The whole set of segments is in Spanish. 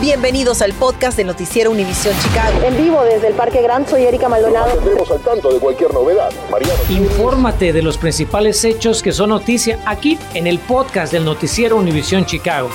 Bienvenidos al podcast del Noticiero Univisión Chicago. En vivo desde el Parque Grant, soy Erika Maldonado. Nos al tanto de cualquier novedad. Mariano. Infórmate de los principales hechos que son noticia aquí en el podcast del Noticiero Univisión Chicago.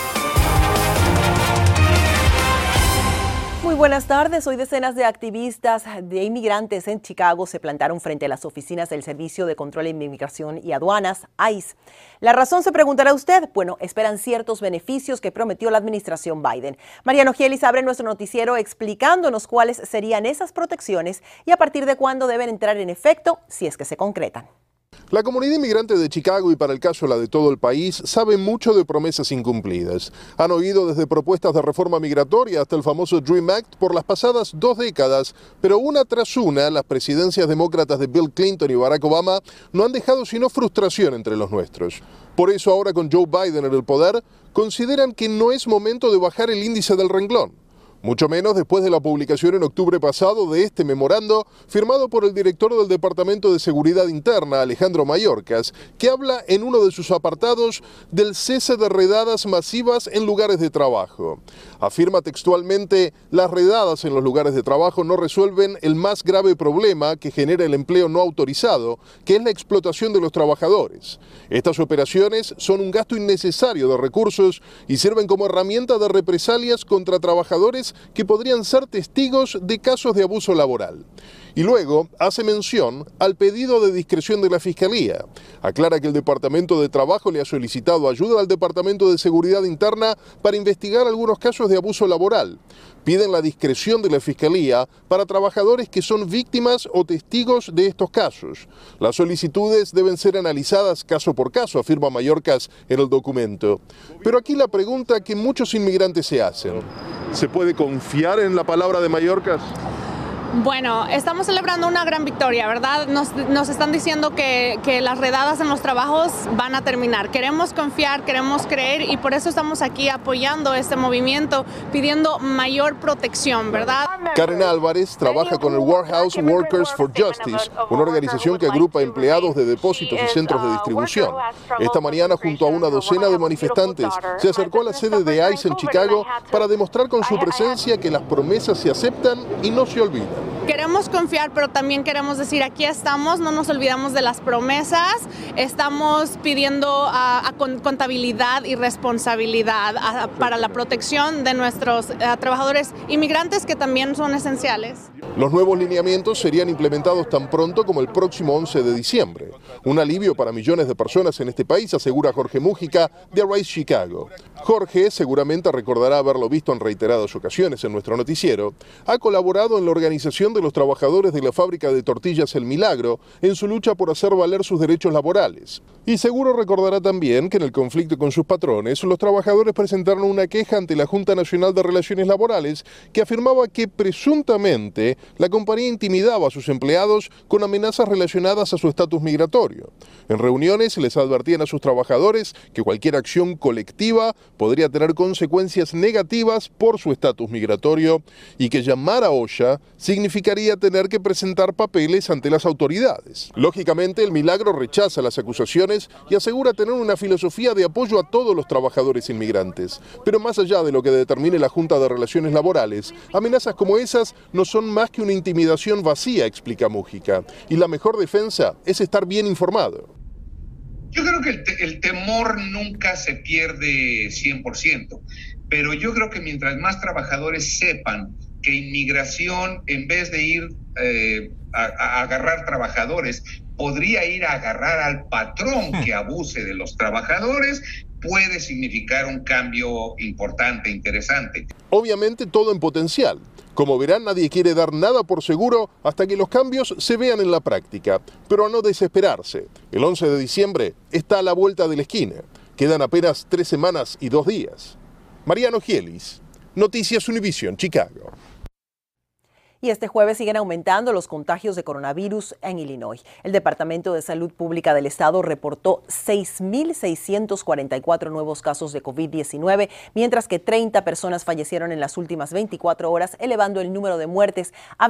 Muy buenas tardes. Hoy decenas de activistas de inmigrantes en Chicago se plantaron frente a las oficinas del Servicio de Control de Inmigración y Aduanas, ICE. La razón, se preguntará usted. Bueno, esperan ciertos beneficios que prometió la administración Biden. Mariano Gielis abre nuestro noticiero explicándonos cuáles serían esas protecciones y a partir de cuándo deben entrar en efecto, si es que se concretan. La comunidad inmigrante de Chicago y para el caso la de todo el país sabe mucho de promesas incumplidas. Han oído desde propuestas de reforma migratoria hasta el famoso Dream Act por las pasadas 2 décadas, pero una tras una las presidencias demócratas de Bill Clinton y Barack Obama no han dejado sino frustración entre los nuestros. Por eso ahora con Joe Biden en el poder, consideran que no es momento de bajar el índice del renglón. Mucho menos después de la publicación en octubre pasado de este memorando firmado por el director del Departamento de Seguridad Interna, Alejandro Mayorkas, que habla en uno de sus apartados del cese de redadas masivas en lugares de trabajo. Afirma textualmente: las redadas en los lugares de trabajo no resuelven el más grave problema que genera el empleo no autorizado, que es la explotación de los trabajadores. Estas operaciones son un gasto innecesario de recursos y sirven como herramienta de represalias contra trabajadores que podrían ser testigos de casos de abuso laboral. Y luego hace mención al pedido de discreción de la Fiscalía. Aclara que el Departamento de Trabajo le ha solicitado ayuda al Departamento de Seguridad Interna para investigar algunos casos de abuso laboral. Piden la discreción de la Fiscalía para trabajadores que son víctimas o testigos de estos casos. Las solicitudes deben ser analizadas caso por caso, afirma Mayorkas en el documento. Pero aquí la pregunta que muchos inmigrantes se hacen: ¿se puede confiar en la palabra de Mayorkas? Bueno, estamos celebrando una gran victoria, ¿verdad? Nos están diciendo que las redadas en los trabajos van a terminar. Queremos confiar, queremos creer y por eso estamos aquí apoyando este movimiento, pidiendo mayor protección, ¿verdad? Karen Álvarez trabaja con el Warehouse Workers for Justice, una organización que agrupa empleados de depósitos y centros de distribución. Esta mañana, junto a una docena de manifestantes, se acercó a la sede de ICE en Chicago para demostrar con su presencia que las promesas se aceptan y no se olvidan. Queremos confiar, pero también queremos decir, aquí estamos, no nos olvidamos de las promesas, estamos pidiendo contabilidad y responsabilidad para la protección de nuestros trabajadores inmigrantes que también son esenciales. Los nuevos lineamientos serían implementados tan pronto como el próximo 11 de diciembre. Un alivio para millones de personas en este país, asegura Jorge Mújica de Arise Chicago. Jorge seguramente recordará haberlo visto en reiteradas ocasiones en nuestro noticiero. Ha colaborado en la organización de los trabajadores de la fábrica de tortillas El Milagro en su lucha por hacer valer sus derechos laborales. Y seguro recordará también que en el conflicto con sus patrones, los trabajadores presentaron una queja ante la Junta Nacional de Relaciones Laborales que afirmaba que presuntamente la compañía intimidaba a sus empleados con amenazas relacionadas a su estatus migratorio. En reuniones les advertían a sus trabajadores que cualquier acción colectiva podría tener consecuencias negativas por su estatus migratorio y que llamar a olla significaría tener que presentar papeles ante las autoridades. Lógicamente, El Milagro rechaza las acusaciones y asegura tener una filosofía de apoyo a todos los trabajadores inmigrantes. Pero más allá de lo que determine la Junta de Relaciones Laborales, amenazas como esas no son más que una intimidación vacía, explica Mújica. Y la mejor defensa es estar bien informado. Yo creo que el temor nunca se pierde 100%, pero yo creo que mientras más trabajadores sepan que inmigración, en vez de ir a agarrar trabajadores, podría ir a agarrar al patrón que abuse de los trabajadores, puede significar un cambio importante, interesante. Obviamente todo en potencial. Como verán, nadie quiere dar nada por seguro hasta que los cambios se vean en la práctica. Pero a no desesperarse. El 11 de diciembre está a la vuelta de la esquina. Quedan apenas 3 semanas y 2 días. Mariano Gielis, Noticias Univisión, Chicago. Y este jueves siguen aumentando los contagios de coronavirus en Illinois. El Departamento de Salud Pública del estado reportó 6.644 nuevos casos de COVID-19, mientras que 30 personas fallecieron en las últimas 24 horas, elevando el número de muertes a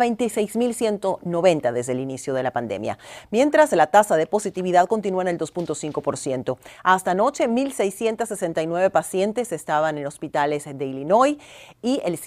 26.190 desde el inicio de la pandemia. Mientras la tasa de positividad continúa en el 2.5%. Hasta anoche, 1.669 pacientes estaban en hospitales de Illinois y el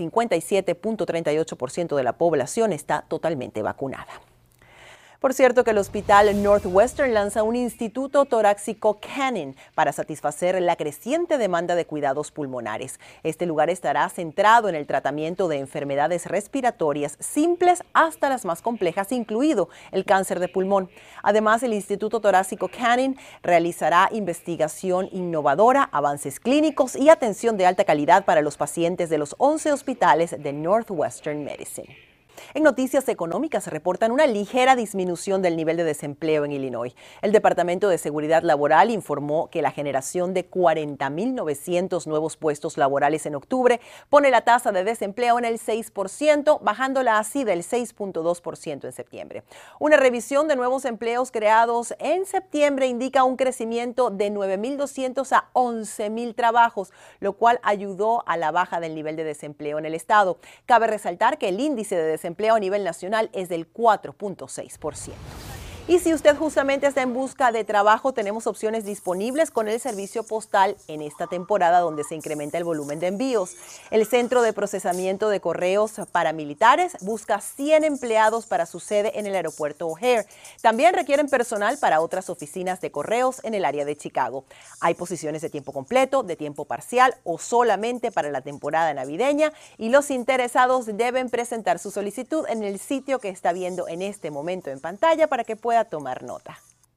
57.38% de la población está totalmente vacunada. Por cierto, que el Hospital Northwestern lanza un instituto torácico Canon para satisfacer la creciente demanda de cuidados pulmonares. Este lugar estará centrado en el tratamiento de enfermedades respiratorias simples hasta las más complejas, incluido el cáncer de pulmón. Además, el Instituto Torácico Canon realizará investigación innovadora, avances clínicos y atención de alta calidad para los pacientes de los 11 hospitales de Northwestern Medicine. En noticias económicas reportan una ligera disminución del nivel de desempleo en Illinois. El Departamento de Seguridad Laboral informó que la generación de 40.900 nuevos puestos laborales en octubre pone la tasa de desempleo en el 6%, bajándola así del 6.2% en septiembre. Una revisión de nuevos empleos creados en septiembre indica un crecimiento de 9.200 a 11.000 trabajos, lo cual ayudó a la baja del nivel de desempleo en el estado. Cabe resaltar que el índice de desempleo a nivel nacional es del 4.6%. Y si usted justamente está en busca de trabajo, tenemos opciones disponibles con el servicio postal en esta temporada donde se incrementa el volumen de envíos. El Centro de Procesamiento de Correos Paramilitares busca 100 empleados para su sede en el aeropuerto O'Hare. También requieren personal para otras oficinas de correos en el área de Chicago. Hay posiciones de tiempo completo, de tiempo parcial o solamente para la temporada navideña, y los interesados deben presentar su solicitud en el sitio que está viendo en este momento en pantalla para que pueda tomar nota.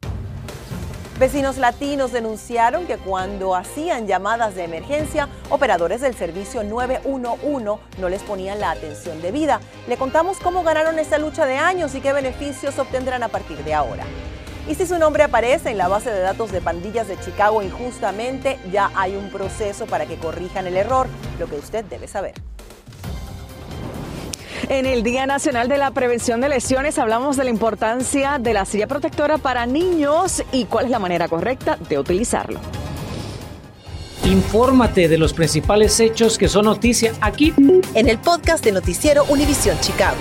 Vecinos latinos denunciaron que cuando hacían llamadas de emergencia, operadores del servicio 911 no les ponían la atención debida. Le contamos cómo ganaron esta lucha de años y qué beneficios obtendrán a partir de ahora. Y si su nombre aparece en la base de datos de pandillas de Chicago injustamente, ya hay un proceso para que corrijan el error, lo que usted debe saber. En el Día Nacional de la Prevención de Lesiones hablamos de la importancia de la silla protectora para niños y cuál es la manera correcta de utilizarlo. Infórmate de los principales hechos que son noticia aquí en el podcast de Noticiero Univisión Chicago.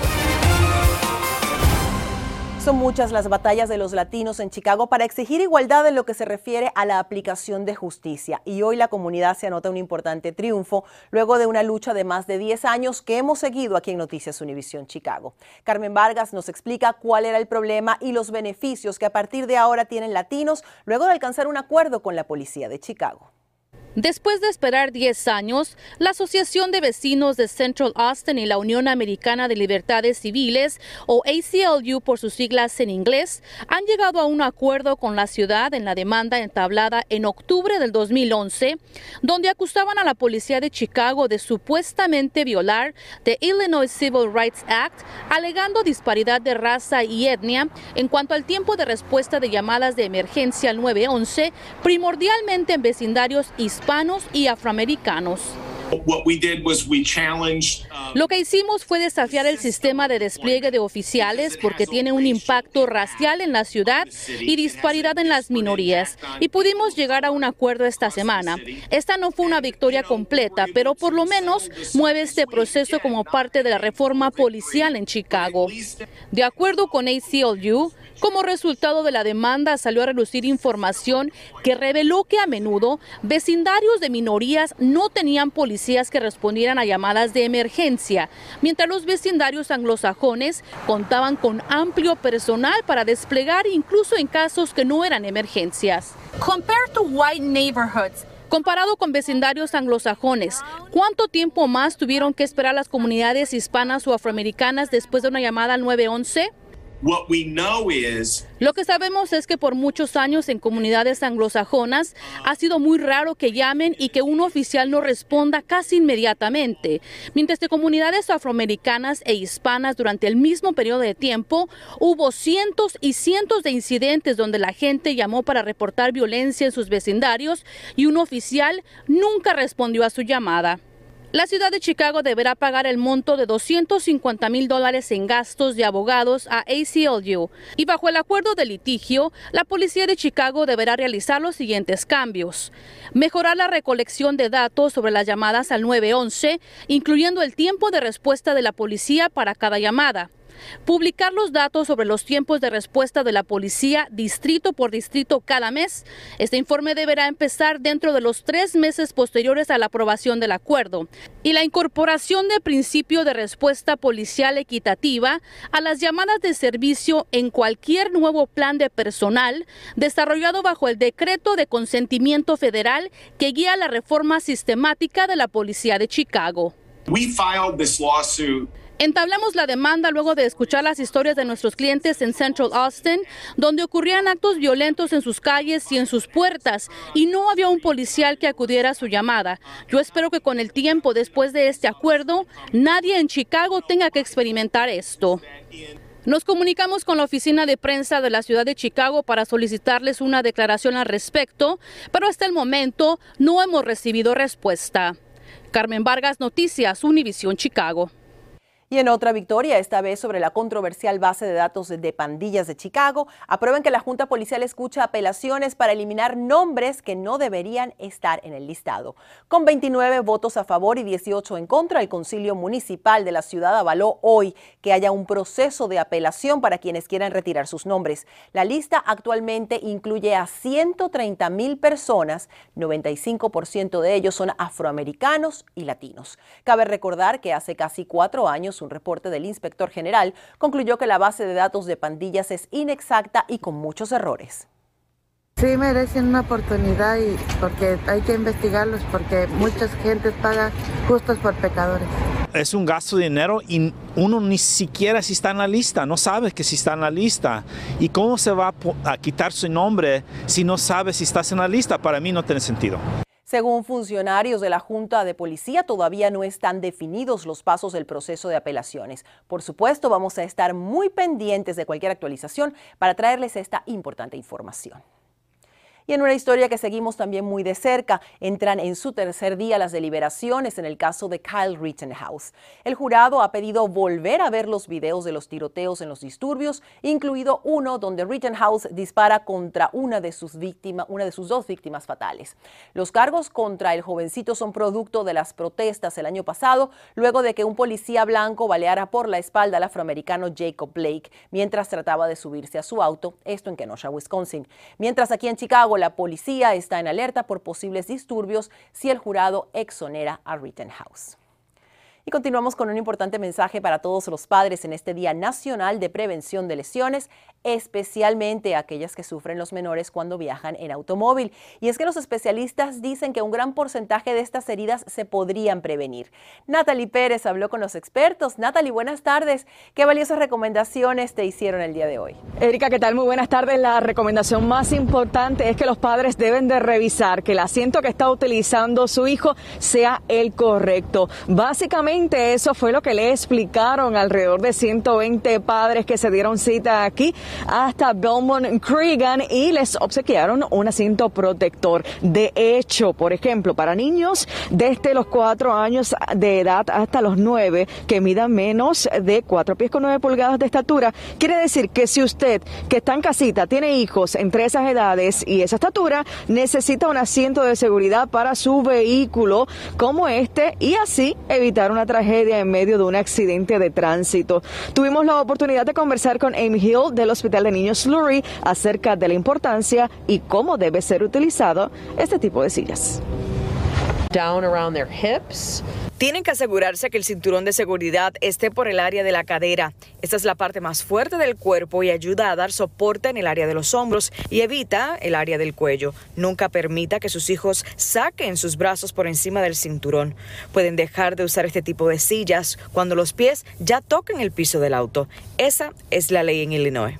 Son muchas las batallas de los latinos en Chicago para exigir igualdad en lo que se refiere a la aplicación de justicia. Y hoy la comunidad se anota un importante triunfo luego de una lucha de más de 10 años que hemos seguido aquí en Noticias Univisión Chicago. Carmen Vargas nos explica cuál era el problema y los beneficios que a partir de ahora tienen latinos luego de alcanzar un acuerdo con la policía de Chicago. Después de esperar 10 años, la Asociación de Vecinos de Central Austin y la Unión Americana de Libertades Civiles, o ACLU por sus siglas en inglés, han llegado a un acuerdo con la ciudad en la demanda entablada en octubre del 2011, donde acusaban a la policía de Chicago de supuestamente violar the Illinois Civil Rights Act, alegando disparidad de raza y etnia en cuanto al tiempo de respuesta de llamadas de emergencia al 911, primordialmente en vecindarios hispanos y afroamericanos. Lo que hicimos fue desafiar el sistema de despliegue de oficiales porque tiene un impacto racial en la ciudad y disparidad en las minorías, y pudimos llegar a un acuerdo esta semana. Esta no fue una victoria completa, pero por lo menos mueve este proceso como parte de la reforma policial en Chicago. De acuerdo con ACLU, como resultado de la demanda salió a relucir información que reveló que a menudo vecindarios de minorías no tenían policías que respondieran a llamadas de emergencia, mientras los vecindarios anglosajones contaban con amplio personal para desplegar incluso en casos que no eran emergencias. Comparado con vecindarios anglosajones, ¿cuánto tiempo más tuvieron que esperar las comunidades hispanas o afroamericanas después de una llamada al 911? Lo que sabemos es que por muchos años en comunidades anglosajonas ha sido muy raro que llamen y que un oficial no responda casi inmediatamente, mientras que comunidades afroamericanas e hispanas durante el mismo periodo de tiempo hubo cientos y cientos de incidentes donde la gente llamó para reportar violencia en sus vecindarios y un oficial nunca respondió a su llamada. La ciudad de Chicago deberá pagar el monto de $250,000 en gastos de abogados a ACLU y bajo el acuerdo de litigio, la policía de Chicago deberá realizar los siguientes cambios: mejorar la recolección de datos sobre las llamadas al 911, incluyendo el tiempo de respuesta de la policía para cada llamada. Publicar los datos sobre los tiempos de respuesta de la policía distrito por distrito cada mes. Este informe deberá empezar dentro de los 3 meses posteriores a la aprobación del acuerdo. Y la incorporación de principio de respuesta policial equitativa a las llamadas de servicio en cualquier nuevo plan de personal desarrollado bajo el decreto de consentimiento federal que guía la reforma sistemática de la policía de Chicago. We filed this lawsuit. Entablamos la demanda luego de escuchar las historias de nuestros clientes en Central Austin, donde ocurrían actos violentos en sus calles y en sus puertas, y no había un policial que acudiera a su llamada. Yo espero que con el tiempo, después de este acuerdo, nadie en Chicago tenga que experimentar esto. Nos comunicamos con la oficina de prensa de la ciudad de Chicago para solicitarles una declaración al respecto, pero hasta el momento no hemos recibido respuesta. Carmen Vargas, Noticias Univisión Chicago. Y en otra victoria, esta vez sobre la controversial base de datos de pandillas de Chicago, aprueban que la Junta Policial escucha apelaciones para eliminar nombres que no deberían estar en el listado. Con 29 votos a favor y 18 en contra, el Concilio Municipal de la ciudad avaló hoy que haya un proceso de apelación para quienes quieran retirar sus nombres. La lista actualmente incluye a 130,000 personas, 95% de ellos son afroamericanos y latinos. Cabe recordar que hace casi 4 años un reporte del inspector general concluyó que la base de datos de pandillas es inexacta y con muchos errores. Sí merecen una oportunidad y porque hay que investigarlos porque mucha gente paga justos por pecadores. Es un gasto de dinero y uno ni siquiera si está en la lista, no sabe que si está en la lista. ¿Y cómo se va a quitar su nombre si no sabe si estás en la lista? Para mí no tiene sentido. Según funcionarios de la Junta de Policía, todavía no están definidos los pasos del proceso de apelaciones. Por supuesto, vamos a estar muy pendientes de cualquier actualización para traerles esta importante información. Y en una historia que seguimos también muy de cerca, entran en su tercer día las deliberaciones en el caso de Kyle Rittenhouse. El jurado ha pedido volver a ver los videos de los tiroteos en los disturbios, incluido uno donde Rittenhouse dispara contra una de sus 2 víctimas fatales. Los cargos contra el jovencito son producto de las protestas el año pasado, luego de que un policía blanco baleara por la espalda al afroamericano Jacob Blake mientras trataba de subirse a su auto, esto en Kenosha, Wisconsin. Mientras aquí en Chicago, la policía está en alerta por posibles disturbios si el jurado exonera a Rittenhouse. Y continuamos con un importante mensaje para todos los padres en este Día Nacional de Prevención de Lesiones, especialmente aquellas que sufren los menores cuando viajan en automóvil. Y es que los especialistas dicen que un gran porcentaje de estas heridas se podrían prevenir. Natalie Pérez habló con los expertos. Natalie, buenas tardes. ¿Qué valiosas recomendaciones te hicieron el día de hoy? Erika, ¿qué tal? Muy buenas tardes. La recomendación más importante es que los padres deben de revisar que el asiento que está utilizando su hijo sea el correcto. Básicamente, eso fue lo que le explicaron alrededor de 120 padres que se dieron cita aquí hasta Belmont Cregan y les obsequiaron un asiento protector. De hecho, por ejemplo, para niños desde los 4 años de edad hasta los 9 que midan menos de 4 pies con 9 pulgadas de estatura, quiere decir que si usted que está en casita tiene hijos entre esas edades y esa estatura, necesita un asiento de seguridad para su vehículo como este y así evitar una tragedia en medio de un accidente de tránsito. Tuvimos la oportunidad de conversar con Amy Hill del Hospital de Niños Lurie acerca de la importancia y cómo debe ser utilizado este tipo de sillas. Down around their hips. Tienen que asegurarse que el cinturón de seguridad esté por el área de la cadera. Esta es la parte más fuerte del cuerpo y ayuda a dar soporte en el área de los hombros y evita el área del cuello. Nunca permita que sus hijos saquen sus brazos por encima del cinturón. Pueden dejar de usar este tipo de sillas cuando los pies ya toquen el piso del auto. Esa es la ley en Illinois.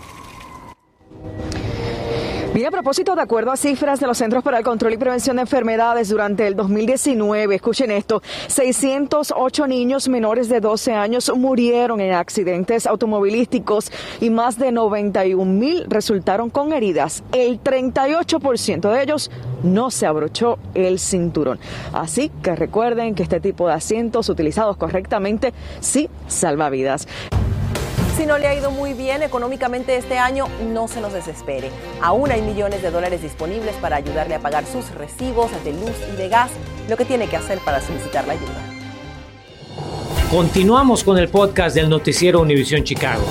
Bien, a propósito, de acuerdo a cifras de los Centros para el Control y Prevención de Enfermedades durante el 2019, escuchen esto, 608 niños menores de 12 años murieron en accidentes automovilísticos y más de 91,000 resultaron con heridas. El 38% de ellos no se abrochó el cinturón. Así que recuerden que este tipo de asientos utilizados correctamente sí salva vidas. Si no le ha ido muy bien económicamente este año, no se nos desespere. Aún hay millones de dólares disponibles para ayudarle a pagar sus recibos de luz y de gas. Lo que tiene que hacer para solicitar la ayuda. Continuamos con el podcast del noticiero Univisión Chicago.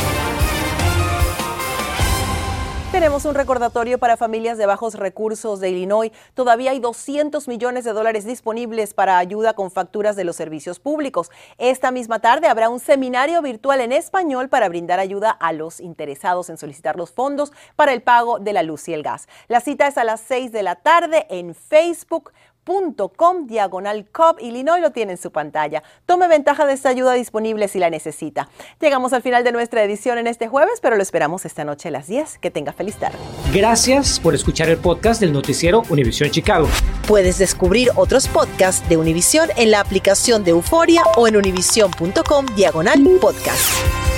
Tenemos un recordatorio para familias de bajos recursos de Illinois. Todavía hay $200 millones disponibles para ayuda con facturas de los servicios públicos. Esta misma tarde habrá un seminario virtual en español para brindar ayuda a los interesados en solicitar los fondos para el pago de la luz y el gas. La cita es a las 6 de la tarde en facebook.com/Cobb Illinois, lo tiene en su pantalla. Tome ventaja de esta ayuda disponible si la necesita. Llegamos al final de nuestra edición en este jueves, pero lo esperamos esta noche a las 10. Que tenga feliz tarde. Gracias por escuchar el podcast del noticiero Univisión Chicago. Puedes descubrir otros podcasts de Univisión en la aplicación de Euforia o en univision.com/podcast.